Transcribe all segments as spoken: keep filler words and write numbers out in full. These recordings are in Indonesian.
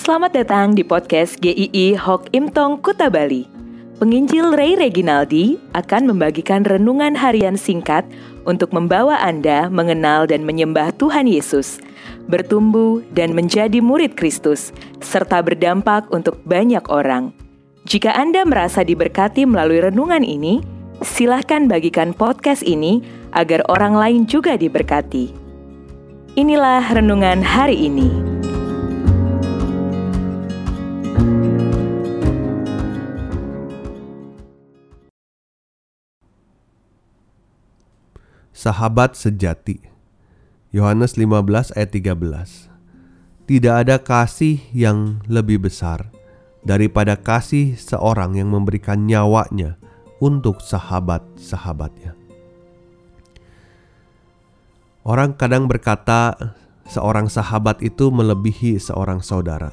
Selamat datang di podcast G I I Hok Imtong Kuta Bali. Penginjil Ray Reginaldi akan membagikan renungan harian singkat untuk membawa Anda mengenal dan menyembah Tuhan Yesus, bertumbuh dan menjadi murid Kristus, serta berdampak untuk banyak orang. Jika Anda merasa diberkati melalui renungan ini, silahkan bagikan podcast ini agar orang lain juga diberkati. Inilah renungan hari ini. Sahabat sejati. Yohanes lima belas ayat tiga belas. Tidak ada kasih yang lebih besar daripada kasih seorang yang memberikan nyawanya untuk sahabat-sahabatnya. Orang kadang berkata seorang sahabat itu melebihi seorang saudara.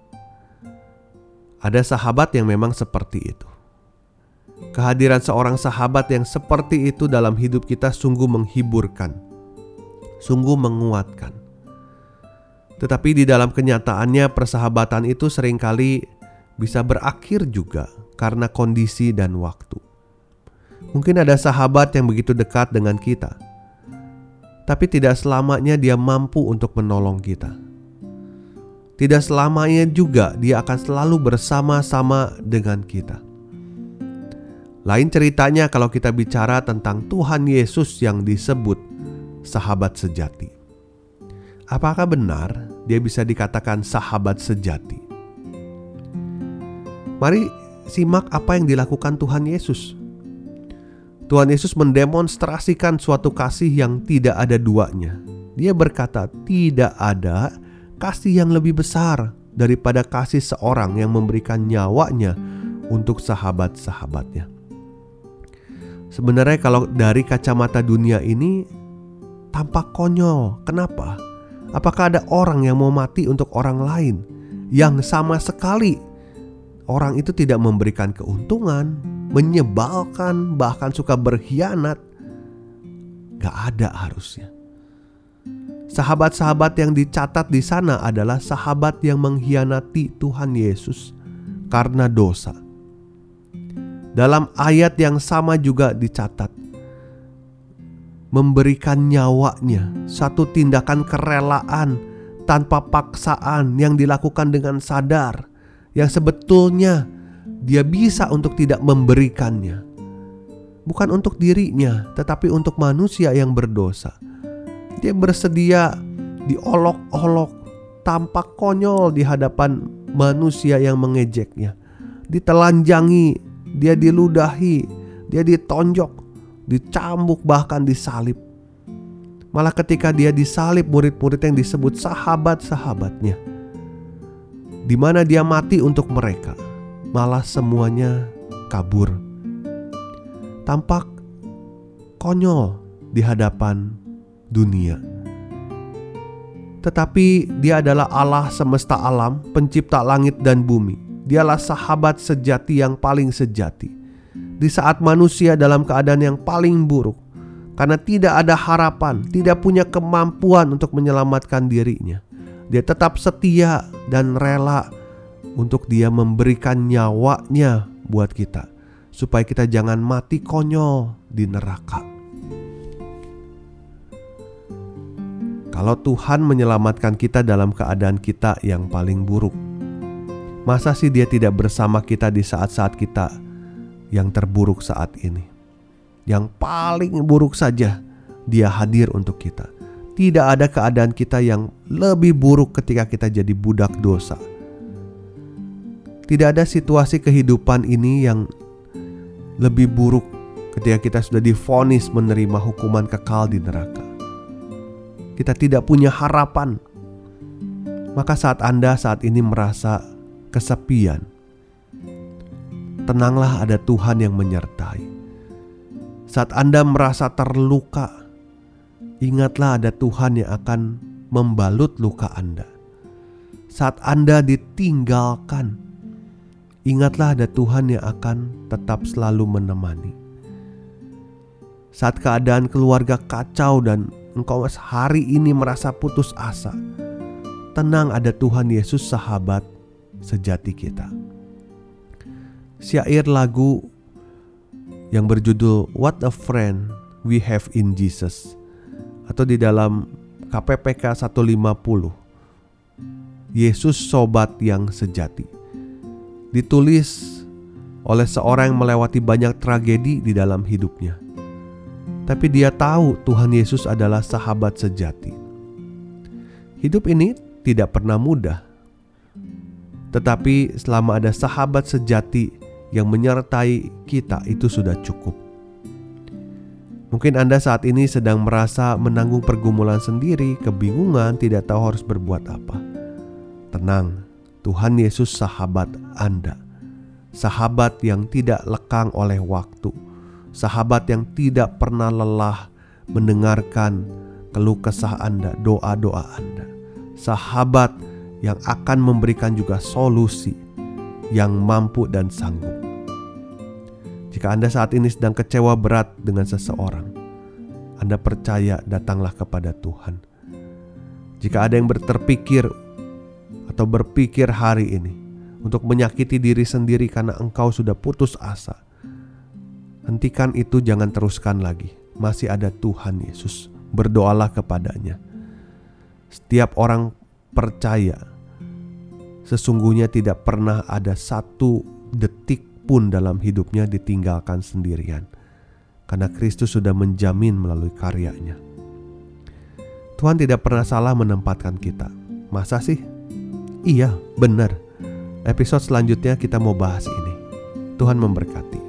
Ada sahabat yang memang seperti itu. Kehadiran seorang sahabat yang seperti itu dalam hidup kita sungguh menghiburkan, sungguh menguatkan. Tetapi di dalam kenyataannya persahabatan itu seringkali bisa berakhir juga karena kondisi dan waktu. Mungkin ada sahabat yang begitu dekat dengan kita, tapi tidak selamanya dia mampu untuk menolong kita. Tidak selamanya juga dia akan selalu bersama-sama dengan kita. Lain ceritanya kalau kita bicara tentang Tuhan Yesus yang disebut sahabat sejati. Apakah benar dia bisa dikatakan sahabat sejati? Mari simak apa yang dilakukan Tuhan Yesus. Tuhan Yesus mendemonstrasikan suatu kasih yang tidak ada duanya. Dia berkata, tidak ada kasih yang lebih besar daripada kasih seorang yang memberikan nyawanya untuk sahabat-sahabatnya. Sebenarnya kalau dari kacamata dunia ini tampak konyol. Kenapa? Apakah ada orang yang mau mati untuk orang lain yang sama sekali orang itu tidak memberikan keuntungan, menyebalkan, bahkan suka berkhianat? Gak ada harusnya. Sahabat-sahabat yang dicatat di sana adalah sahabat yang mengkhianati Tuhan Yesus karena dosa. Dalam ayat yang sama juga dicatat, memberikan nyawanya, satu tindakan kerelaan tanpa paksaan yang dilakukan dengan sadar, yang sebetulnya dia bisa untuk tidak memberikannya. Bukan untuk dirinya, tetapi untuk manusia yang berdosa. Dia bersedia diolok-olok, tampak konyol di hadapan manusia yang mengejeknya, ditelanjangi, dia diludahi, dia ditonjok, dicambuk, bahkan disalib. Malah ketika dia disalib, murid-murid yang disebut sahabat-sahabatnya, di mana dia mati untuk mereka, malah semuanya kabur. Tampak konyol di hadapan dunia. Tetapi dia adalah Allah semesta alam, pencipta langit dan bumi. Dialah sahabat sejati yang paling sejati di saat manusia dalam keadaan yang paling buruk, karena tidak ada harapan, tidak punya kemampuan untuk menyelamatkan dirinya. Dia tetap setia dan rela untuk dia memberikan nyawanya buat kita, supaya kita jangan mati konyol di neraka. Kalau Tuhan menyelamatkan kita dalam keadaan kita yang paling buruk, masa sih dia tidak bersama kita di saat-saat kita yang terburuk saat ini? Yang paling buruk saja dia hadir untuk kita. Tidak ada keadaan kita yang lebih buruk ketika kita jadi budak dosa. Tidak ada situasi kehidupan ini yang lebih buruk ketika kita sudah divonis menerima hukuman kekal di neraka. Kita tidak punya harapan. Maka saat Anda saat ini merasa kesepian, tenanglah, ada Tuhan yang menyertai. Saat Anda merasa terluka, ingatlah ada Tuhan yang akan membalut luka Anda. Saat Anda ditinggalkan, ingatlah ada Tuhan yang akan tetap selalu menemani. Saat keadaan keluarga kacau dan engkau hari ini merasa putus asa, tenang, ada Tuhan Yesus sahabat sejati kita. Syair lagu yang berjudul What a Friend We Have in Jesus, atau di dalam K P P K seratus lima puluh, Yesus sobat yang sejati, ditulis oleh seorang yang melewati banyak tragedi di dalam hidupnya. Tapi dia tahu Tuhan Yesus adalah sahabat sejati. Hidup ini tidak pernah mudah, tetapi selama ada sahabat sejati yang menyertai kita, itu sudah cukup. Mungkin Anda saat ini sedang merasa menanggung pergumulan sendiri, kebingungan, tidak tahu harus berbuat apa. Tenang, Tuhan Yesus sahabat Anda. Sahabat yang tidak lekang oleh waktu. Sahabat yang tidak pernah lelah mendengarkan keluh kesah Anda, doa-doa Anda. Sahabat yang akan memberikan juga solusi, yang mampu dan sanggup. Jika Anda saat ini sedang kecewa berat dengan seseorang, Anda percaya, datanglah kepada Tuhan. Jika ada yang berterpikir atau berpikir hari ini untuk menyakiti diri sendiri karena engkau sudah putus asa, hentikan itu, jangan teruskan lagi. Masih ada Tuhan Yesus, berdoalah kepadanya. Setiap orang percaya sesungguhnya tidak pernah ada satu detik pun dalam hidupnya ditinggalkan sendirian, karena Kristus sudah menjamin melalui karyanya. Tuhan tidak pernah salah menempatkan kita. Masa sih? Iya, benar. Episode selanjutnya kita mau bahas ini. Tuhan memberkati.